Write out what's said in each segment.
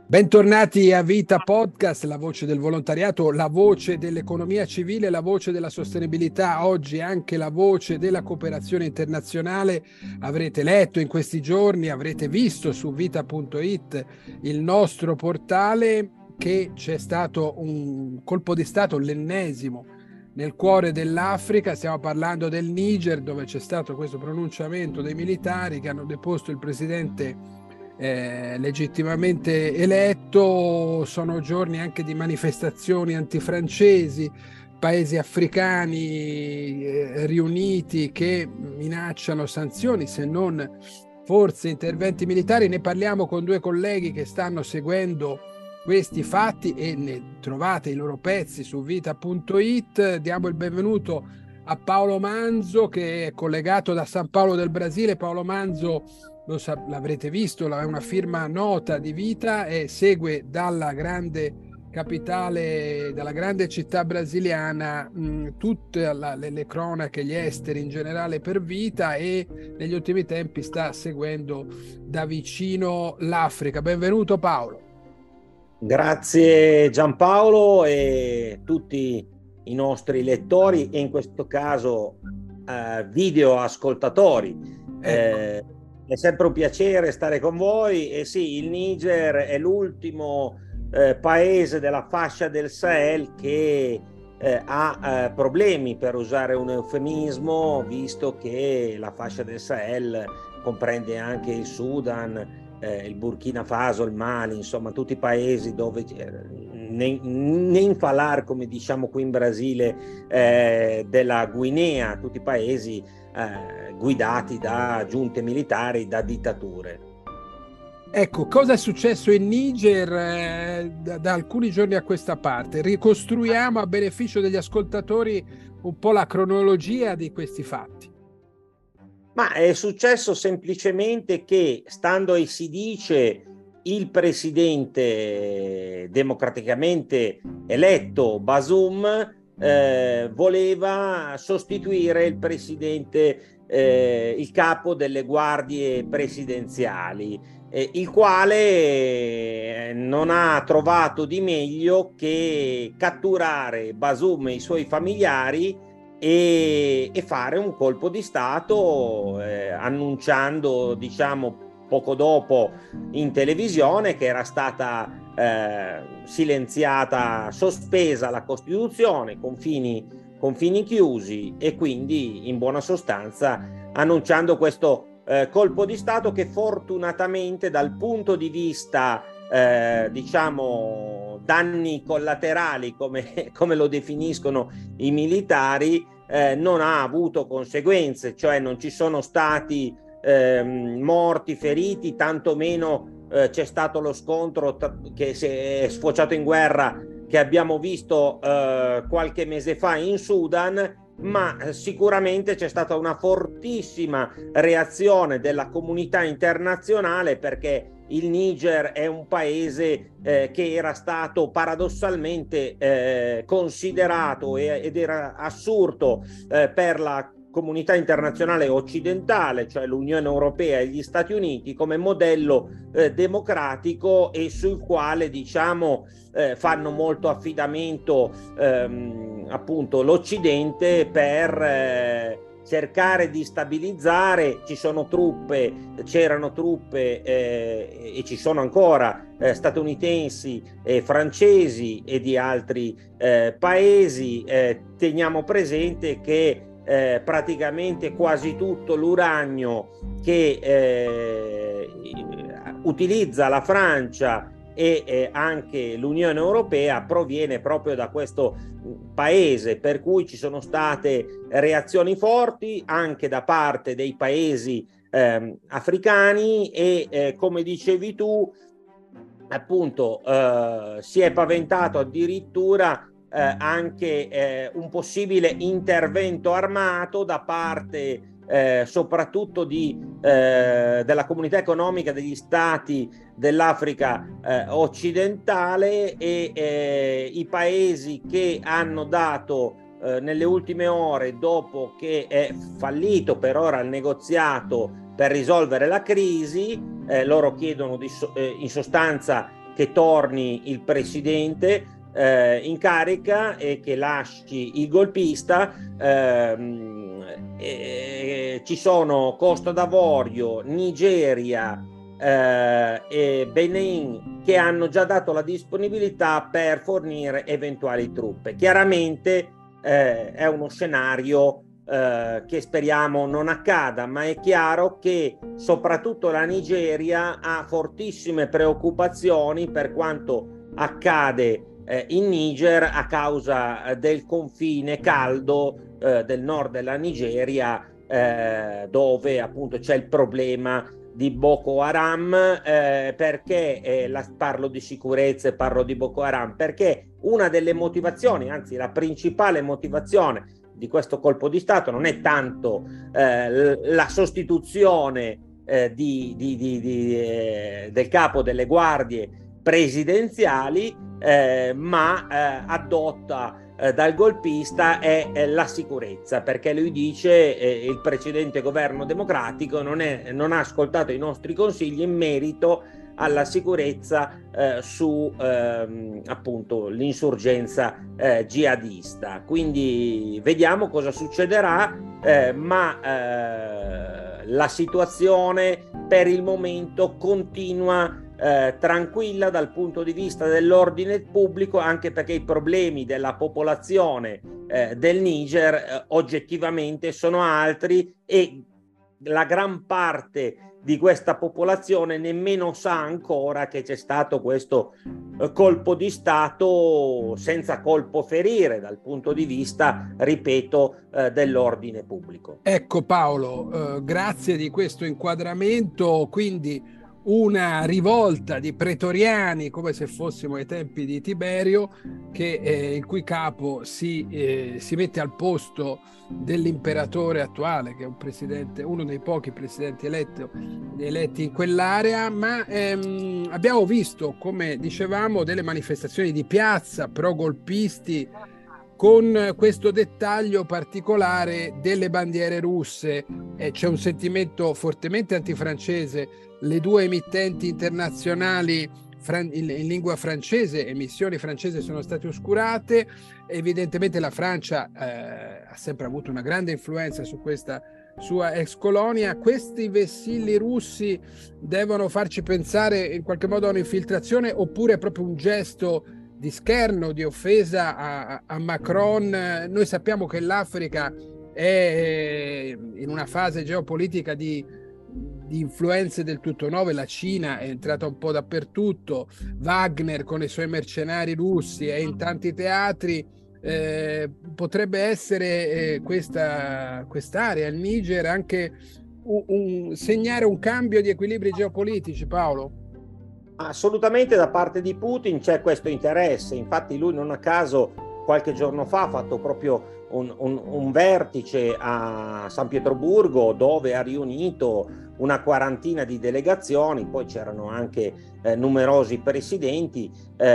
Bentornati a Vita Podcast, la voce del volontariato, la voce dell'economia civile, la voce della sostenibilità, oggi anche la voce della cooperazione internazionale. Avrete letto in questi giorni, avrete visto su vita.it il nostro portale che c'è stato un colpo di stato, l'ennesimo, nel cuore dell'Africa. Stiamo parlando del Niger, dove c'è stato questo pronunciamento dei militari che hanno deposto il presidente legittimamente eletto. Sono giorni anche di manifestazioni antifrancesi, paesi africani riuniti che minacciano sanzioni, se non forse interventi militari. Ne parliamo con due colleghi che stanno seguendo questi fatti e ne trovate i loro pezzi su vita.it. Diamo il benvenuto a Paolo Manzo, che è collegato da San Paolo del Brasile. Paolo Manzo, l'avrete visto, è una firma nota di Vita e segue dalla grande capitale, dalla grande città brasiliana, tutte le cronache, gli esteri in generale per Vita, e negli ultimi tempi sta seguendo da vicino l'Africa. Benvenuto Paolo. Grazie Giampaolo e tutti i nostri lettori e in questo caso video ascoltatori. Ecco. È sempre un piacere stare con voi. E sì, il Niger è l'ultimo paese della fascia del Sahel che ha problemi, per usare un eufemismo, visto che la fascia del Sahel comprende anche il Sudan, il Burkina Faso, il Mali, insomma tutti i paesi dove ne falar, come diciamo qui in Brasile, della Guinea, tutti i paesi guidati da giunte militari, da dittature. Ecco, cosa è successo in Niger da alcuni giorni a questa parte? Ricostruiamo a beneficio degli ascoltatori un po' la cronologia di questi fatti. Ma è successo semplicemente che, stando ai si dice, il presidente democraticamente eletto, Bazoum, voleva sostituire il presidente, il capo delle guardie presidenziali, il quale non ha trovato di meglio che catturare Bazoum e i suoi familiari e fare un colpo di stato, annunciando, diciamo, poco dopo in televisione che era stata silenziata, sospesa la Costituzione, confini chiusi, e quindi in buona sostanza annunciando questo colpo di stato che fortunatamente dal punto di vista diciamo danni collaterali, come lo definiscono i militari, non ha avuto conseguenze, cioè non ci sono stati morti, feriti, tantomeno c'è stato lo scontro che si è sfociato in guerra, che abbiamo visto qualche mese fa in Sudan, ma sicuramente c'è stata una fortissima reazione della comunità internazionale, perché il Niger è un paese che era stato paradossalmente considerato ed era assurdo per la comunità internazionale occidentale, cioè l'Unione Europea e gli Stati Uniti, come modello democratico, e sul quale, diciamo, fanno molto affidamento appunto l'Occidente per cercare di stabilizzare. C'erano truppe e ci sono ancora statunitensi, francesi e di altri paesi. Teniamo presente che praticamente quasi tutto l'uranio che utilizza la Francia e anche l'Unione Europea proviene proprio da questo paese, per cui ci sono state reazioni forti anche da parte dei paesi africani e come dicevi tu, appunto, si è paventato addirittura anche un possibile intervento armato da parte soprattutto della comunità economica degli stati dell'Africa occidentale, e i paesi che hanno dato nelle ultime ore, dopo che è fallito per ora il negoziato per risolvere la crisi, loro chiedono in sostanza che torni il presidente in carica e che lasci il golpista. Ci sono Costa d'Avorio, Nigeria e Benin che hanno già dato la disponibilità per fornire eventuali truppe. Chiaramente è uno scenario che speriamo non accada, ma è chiaro che soprattutto la Nigeria ha fortissime preoccupazioni per quanto accade in Niger a causa del confine caldo del nord della Nigeria, dove appunto c'è il problema di Boko Haram. Perché parlo di sicurezza e parlo di Boko Haram? Perché una delle motivazioni, anzi la principale motivazione di questo colpo di Stato non è tanto la sostituzione del capo delle guardie presidenziali, ma adotta dal golpista è la sicurezza, perché lui dice il precedente governo democratico non ha ascoltato i nostri consigli in merito alla sicurezza su appunto l'insurgenza jihadista. Quindi vediamo cosa succederà, ma la situazione per il momento continua tranquilla dal punto di vista dell'ordine pubblico, anche perché i problemi della popolazione del Niger oggettivamente sono altri e la gran parte di questa popolazione nemmeno sa ancora che c'è stato questo colpo di Stato senza colpo ferire dal punto di vista, ripeto, dell'ordine pubblico. Ecco Paolo, grazie di questo inquadramento. Quindi una rivolta di pretoriani, come se fossimo ai tempi di Tiberio, il cui capo si mette al posto dell'imperatore attuale, che è un presidente, uno dei pochi presidenti eletti in quell'area. Ma abbiamo visto, come dicevamo, delle manifestazioni di piazza pro-golpisti, con questo dettaglio particolare delle bandiere russe. C'è un sentimento fortemente antifrancese. Le due emittenti internazionali in lingua francese, emissioni francesi, sono state oscurate. Evidentemente la Francia ha sempre avuto una grande influenza su questa sua ex colonia. Questi vessilli russi devono farci pensare in qualche modo a un'infiltrazione, oppure è proprio un gesto di scherno, di offesa a Macron? Noi sappiamo che l'Africa è in una fase geopolitica di influenze del tutto nuove. La Cina è entrata un po' dappertutto, Wagner con i suoi mercenari russi è in tanti teatri. Potrebbe essere quest'area, il Niger, anche segnare un cambio di equilibri geopolitici, Paolo? Assolutamente, da parte di Putin c'è questo interesse. Infatti lui non a caso qualche giorno fa ha fatto proprio un vertice a San Pietroburgo, dove ha riunito una quarantina di delegazioni. Poi c'erano anche numerosi presidenti,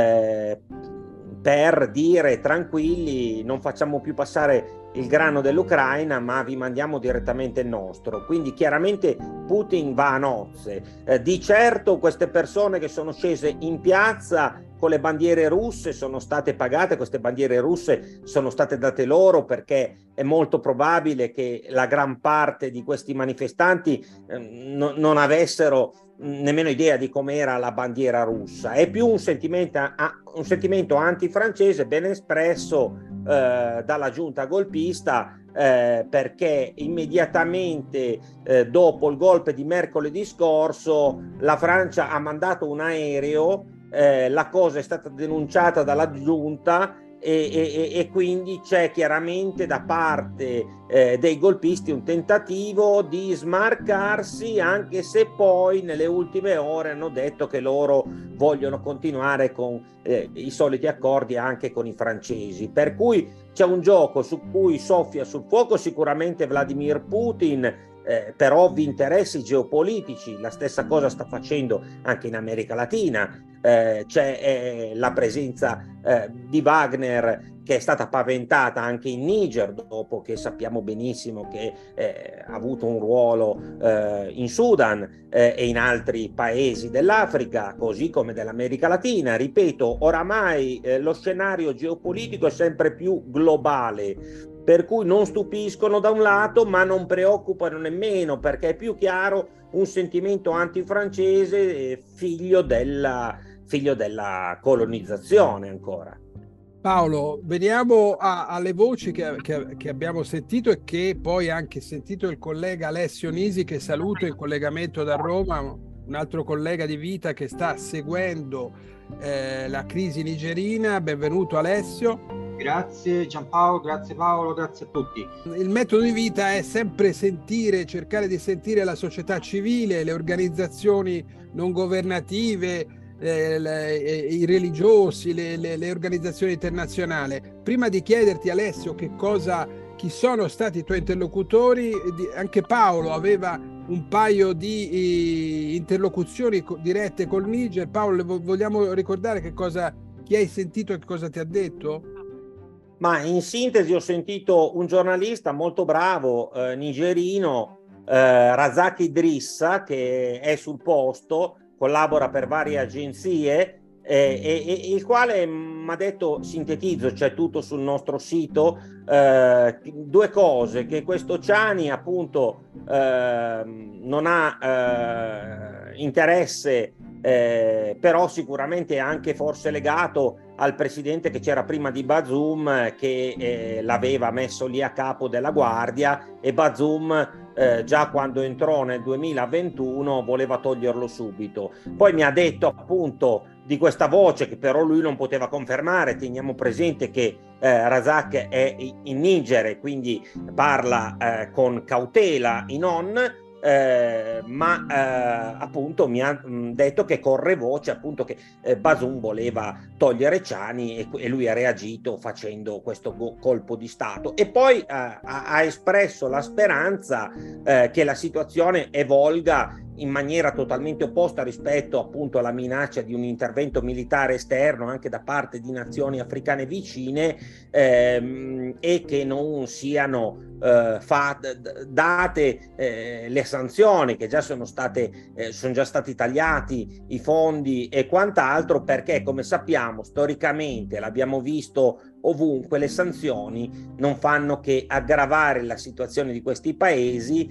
per dire: tranquilli, non facciamo più passare il grano dell'Ucraina, ma vi mandiamo direttamente il nostro. Quindi chiaramente Putin va a nozze. Di certo queste persone che sono scese in piazza con le bandiere russe sono state pagate, queste bandiere russe sono state date loro, perché è molto probabile che la gran parte di questi manifestanti non avessero nemmeno idea di com'era la bandiera russa. È più un sentimento antifrancese ben espresso dalla giunta golpista, perché immediatamente dopo il golpe di mercoledì scorso la Francia ha mandato un aereo. La cosa è stata denunciata dalla giunta e quindi c'è chiaramente da parte dei golpisti un tentativo di smarcarsi, anche se poi nelle ultime ore hanno detto che loro vogliono continuare con i soliti accordi anche con i francesi. Per cui c'è un gioco su cui soffia sul fuoco sicuramente Vladimir Putin, per ovvi interessi geopolitici. La stessa cosa sta facendo anche in America Latina. c'è la presenza di Wagner, che è stata paventata anche in Niger, dopo che sappiamo benissimo che ha avuto un ruolo in Sudan e in altri paesi dell'Africa, così come dell'America Latina. Ripeto, oramai lo scenario geopolitico è sempre più globale, per cui non stupiscono da un lato, ma non preoccupano nemmeno, perché è più chiaro un sentimento antifrancese figlio della colonizzazione ancora. Paolo, veniamo alle voci che abbiamo sentito e che poi anche sentito il collega Alessio Nisi, che saluto in collegamento da Roma, un altro collega di vita che sta seguendo la crisi nigerina. Benvenuto Alessio. Grazie Giampaolo, grazie Paolo, grazie a tutti. Il metodo di vita è sempre cercare di sentire la società civile, le organizzazioni non governative, i religiosi, le organizzazioni internazionali. Prima di chiederti Alessio chi sono stati i tuoi interlocutori, anche Paolo aveva un paio di interlocuzioni dirette col Niger. Paolo, vogliamo ricordare chi hai sentito e che cosa ti ha detto? Ma in sintesi ho sentito un giornalista molto bravo, nigerino, Razak Idrissa, che è sul posto, collabora per varie agenzie, e il quale mi ha detto, sintetizzo, c'è tutto sul nostro sito, due cose: che questo Ciani appunto non ha interesse, però sicuramente è anche forse legato al presidente che c'era prima di Bazoum, che l'aveva messo lì a capo della guardia, e Bazoum già quando entrò nel 2021 voleva toglierlo subito. Poi mi ha detto appunto di questa voce che però lui non poteva confermare. Teniamo presente che Razak è in Niger e quindi parla con cautela in on, ma appunto mi ha detto che corre voce appunto che Bazoum voleva togliere Ciani e lui ha reagito facendo questo colpo di stato, e poi ha espresso la speranza che la situazione evolga in maniera totalmente opposta rispetto appunto alla minaccia di un intervento militare esterno anche da parte di nazioni africane vicine, e che non siano date le sanzioni, che già sono già stati tagliati i fondi e quant'altro, perché come sappiamo storicamente, l'abbiamo visto ovunque, le sanzioni non fanno che aggravare la situazione di questi paesi,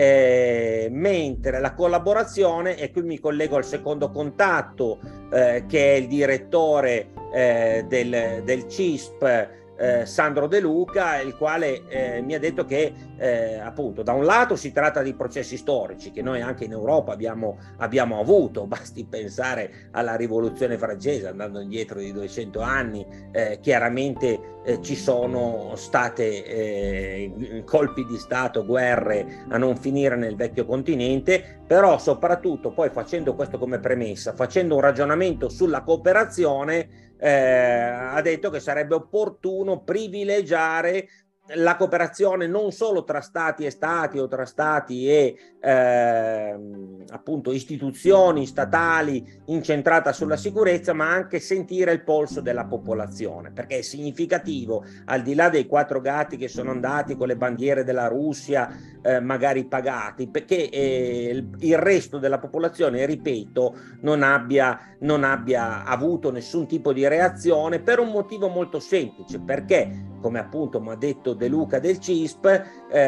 mentre la collaborazione, e qui mi collego al secondo contatto, che è il direttore del CISP, Sandro De Luca, il quale mi ha detto che appunto da un lato si tratta di processi storici che noi anche in Europa abbiamo avuto, basti pensare alla rivoluzione francese, andando indietro di 200 anni, chiaramente ci sono state colpi di stato, guerre a non finire nel vecchio continente, però soprattutto poi, facendo questo come premessa, facendo un ragionamento sulla cooperazione, ha detto che sarebbe opportuno privilegiare la cooperazione non solo tra stati e stati o tra stati e appunto istituzioni statali incentrata sulla sicurezza, ma anche sentire il polso della popolazione, perché è significativo, al di là dei 4 gatti che sono andati con le bandiere della Russia magari pagati, perché il resto della popolazione, ripeto, non abbia avuto nessun tipo di reazione, per un motivo molto semplice, perché come appunto mi ha detto De Luca del CISP,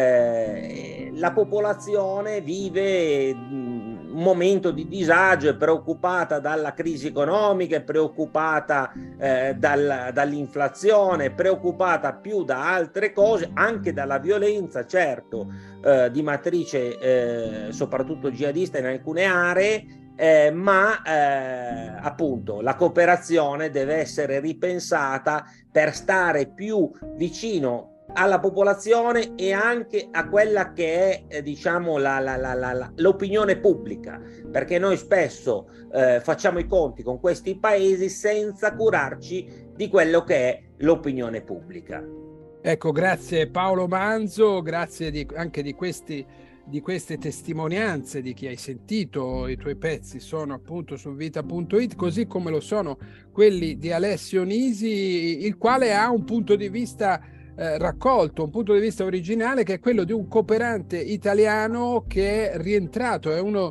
la popolazione vive un momento di disagio, è preoccupata dalla crisi economica, è preoccupata dall'inflazione, è preoccupata più da altre cose, anche dalla violenza, certo, di matrice soprattutto jihadista in alcune aree, ma appunto la cooperazione deve essere ripensata per stare più vicino alla popolazione e anche a quella che è diciamo l'opinione pubblica, perché noi spesso facciamo i conti con questi paesi senza curarci di quello che è l'opinione pubblica. Ecco, grazie Paolo Manzo, grazie anche di questi di queste testimonianze di chi hai sentito. I tuoi pezzi sono appunto su vita.it, così come lo sono quelli di Alessio Nisi, il quale ha un punto di vista raccolto, un punto di vista originale, che è quello di un cooperante italiano che è rientrato, è uno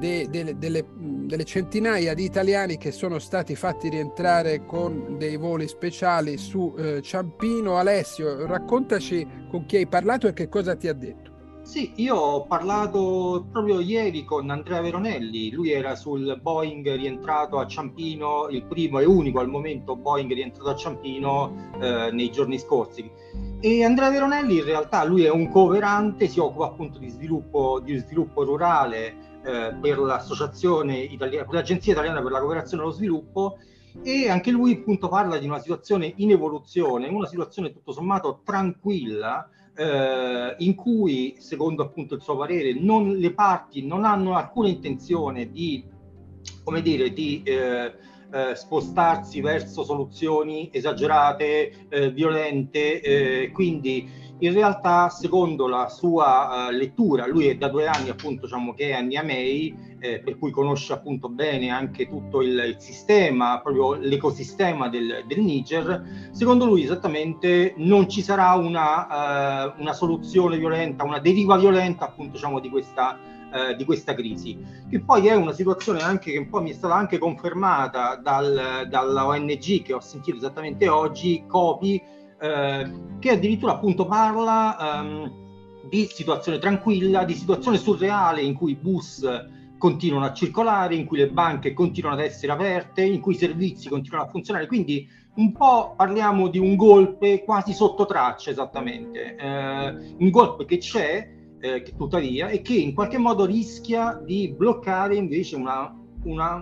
delle centinaia di italiani che sono stati fatti rientrare con dei voli speciali su Ciampino. Alessio, raccontaci con chi hai parlato e che cosa ti ha detto. Sì, io ho parlato proprio ieri con Andrea Veronelli. Lui era sul Boeing rientrato a Ciampino, il primo e unico al momento Boeing rientrato a Ciampino nei giorni scorsi. E Andrea Veronelli in realtà lui è un cooperante, si occupa appunto di sviluppo rurale per l'Associazione Italiana, per l'Agenzia Italiana per la Cooperazione e lo Sviluppo, e anche lui appunto parla di una situazione in evoluzione, una situazione tutto sommato tranquilla, in cui, secondo appunto il suo parere, le parti non hanno alcuna intenzione di, come dire, di spostarsi verso soluzioni esagerate, violente, quindi in realtà, secondo la sua lettura, lui è da 2 anni appunto, diciamo, che è a Niamey, per cui conosce appunto bene anche tutto il sistema, proprio l'ecosistema del Niger. Secondo lui esattamente non ci sarà una soluzione violenta, una deriva violenta appunto, diciamo, di questa crisi, che poi è una situazione anche che un po' mi è stata anche confermata dalla ONG che ho sentito esattamente oggi, COPI, che addirittura appunto parla di situazione tranquilla, di situazione surreale in cui i bus continuano a circolare, in cui le banche continuano ad essere aperte, in cui i servizi continuano a funzionare. Quindi un po' parliamo di un golpe quasi sotto traccia, esattamente, un golpe che c'è, che tuttavia, e che in qualche modo rischia di bloccare invece una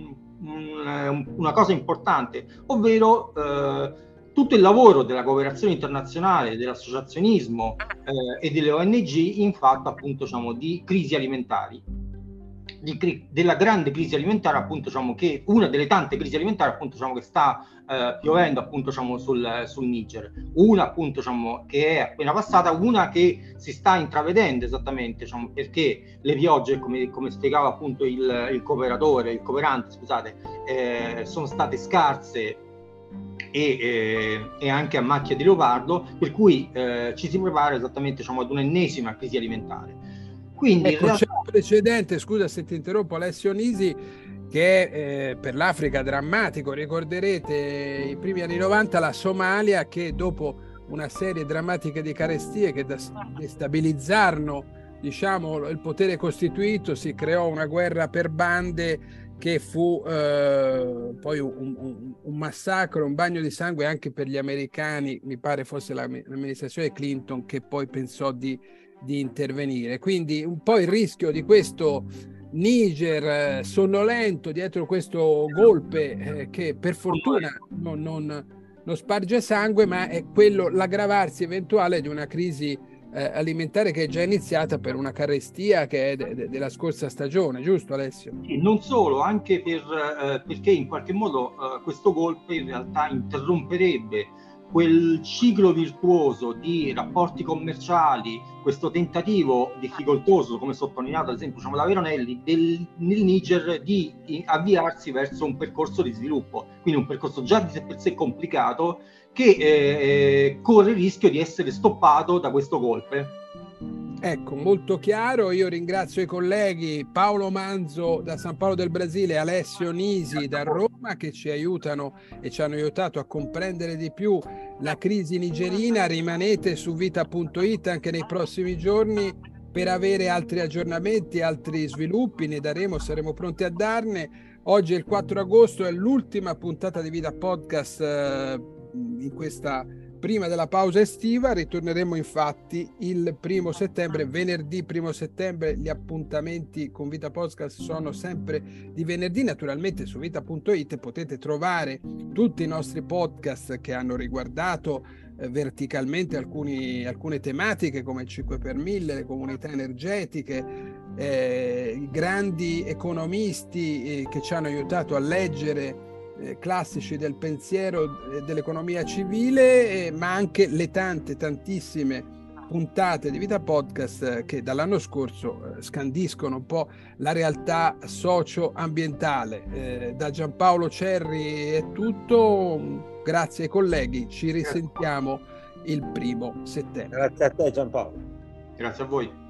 cosa importante, ovvero tutto il lavoro della cooperazione internazionale, dell'associazionismo e delle ONG in fatto appunto, diciamo, di crisi alimentari, della grande crisi alimentare, appunto, diciamo, che una delle tante crisi alimentari appunto, diciamo, che sta piovendo appunto, diciamo, sul Niger, una appunto, diciamo, che è appena passata, una che si sta intravedendo esattamente, diciamo, perché le piogge, come spiegava appunto il cooperante, scusate, sono state scarse e anche a macchia di leopardo, per cui ci si prepara esattamente, diciamo, ad un'ennesima crisi alimentare. Quindi ecco, c'è un precedente, scusa se ti interrompo, Alessio Nisi, che è per l'Africa drammatico. Ricorderete i primi anni 90 la Somalia, che dopo una serie drammatica di carestie che destabilizzarono, diciamo, il potere costituito, si creò una guerra per bande che fu poi un massacro, un bagno di sangue anche per gli americani. Mi pare fosse l'amministrazione Clinton che poi pensò di intervenire. Quindi un po' il rischio di questo Niger sonnolento dietro questo golpe che per fortuna non sparge sangue, ma è quello, l'aggravarsi eventuale di una crisi alimentare che è già iniziata per una carestia che è della scorsa stagione, giusto Alessio? Sì, non solo, anche perché in qualche modo questo golpe in realtà interromperebbe quel ciclo virtuoso di rapporti commerciali, questo tentativo difficoltoso, come sottolineato ad esempio, diciamo, da Veronelli, nel Niger di avviarsi verso un percorso di sviluppo, quindi un percorso già di sé per sé complicato, che corre il rischio di essere stoppato da questo golpe. Ecco, molto chiaro. Io ringrazio i colleghi Paolo Manzo da San Paolo del Brasile e Alessio Nisi da Roma, che ci aiutano e ci hanno aiutato a comprendere di più la crisi nigerina. Rimanete su vita.it anche nei prossimi giorni per avere altri aggiornamenti, altri sviluppi. Ne daremo, saremo pronti a darne. Oggi è il 4 agosto, è l'ultima puntata di Vita Podcast in questa prima della pausa estiva. Ritorneremo infatti il 1° settembre, venerdì 1° settembre. Gli appuntamenti con Vita Podcast sono sempre di venerdì. Naturalmente su vita.it potete trovare tutti i nostri podcast che hanno riguardato verticalmente alcune tematiche come il 5 per 1000, le comunità energetiche, i grandi economisti che ci hanno aiutato a leggere classici del pensiero dell'economia civile, ma anche le tantissime puntate di Vita Podcast che dall'anno scorso scandiscono un po' la realtà socio-ambientale. Da Giampaolo Cerri è tutto, grazie ai colleghi, ci risentiamo il 1° settembre. Grazie a te Giampaolo. Grazie a voi.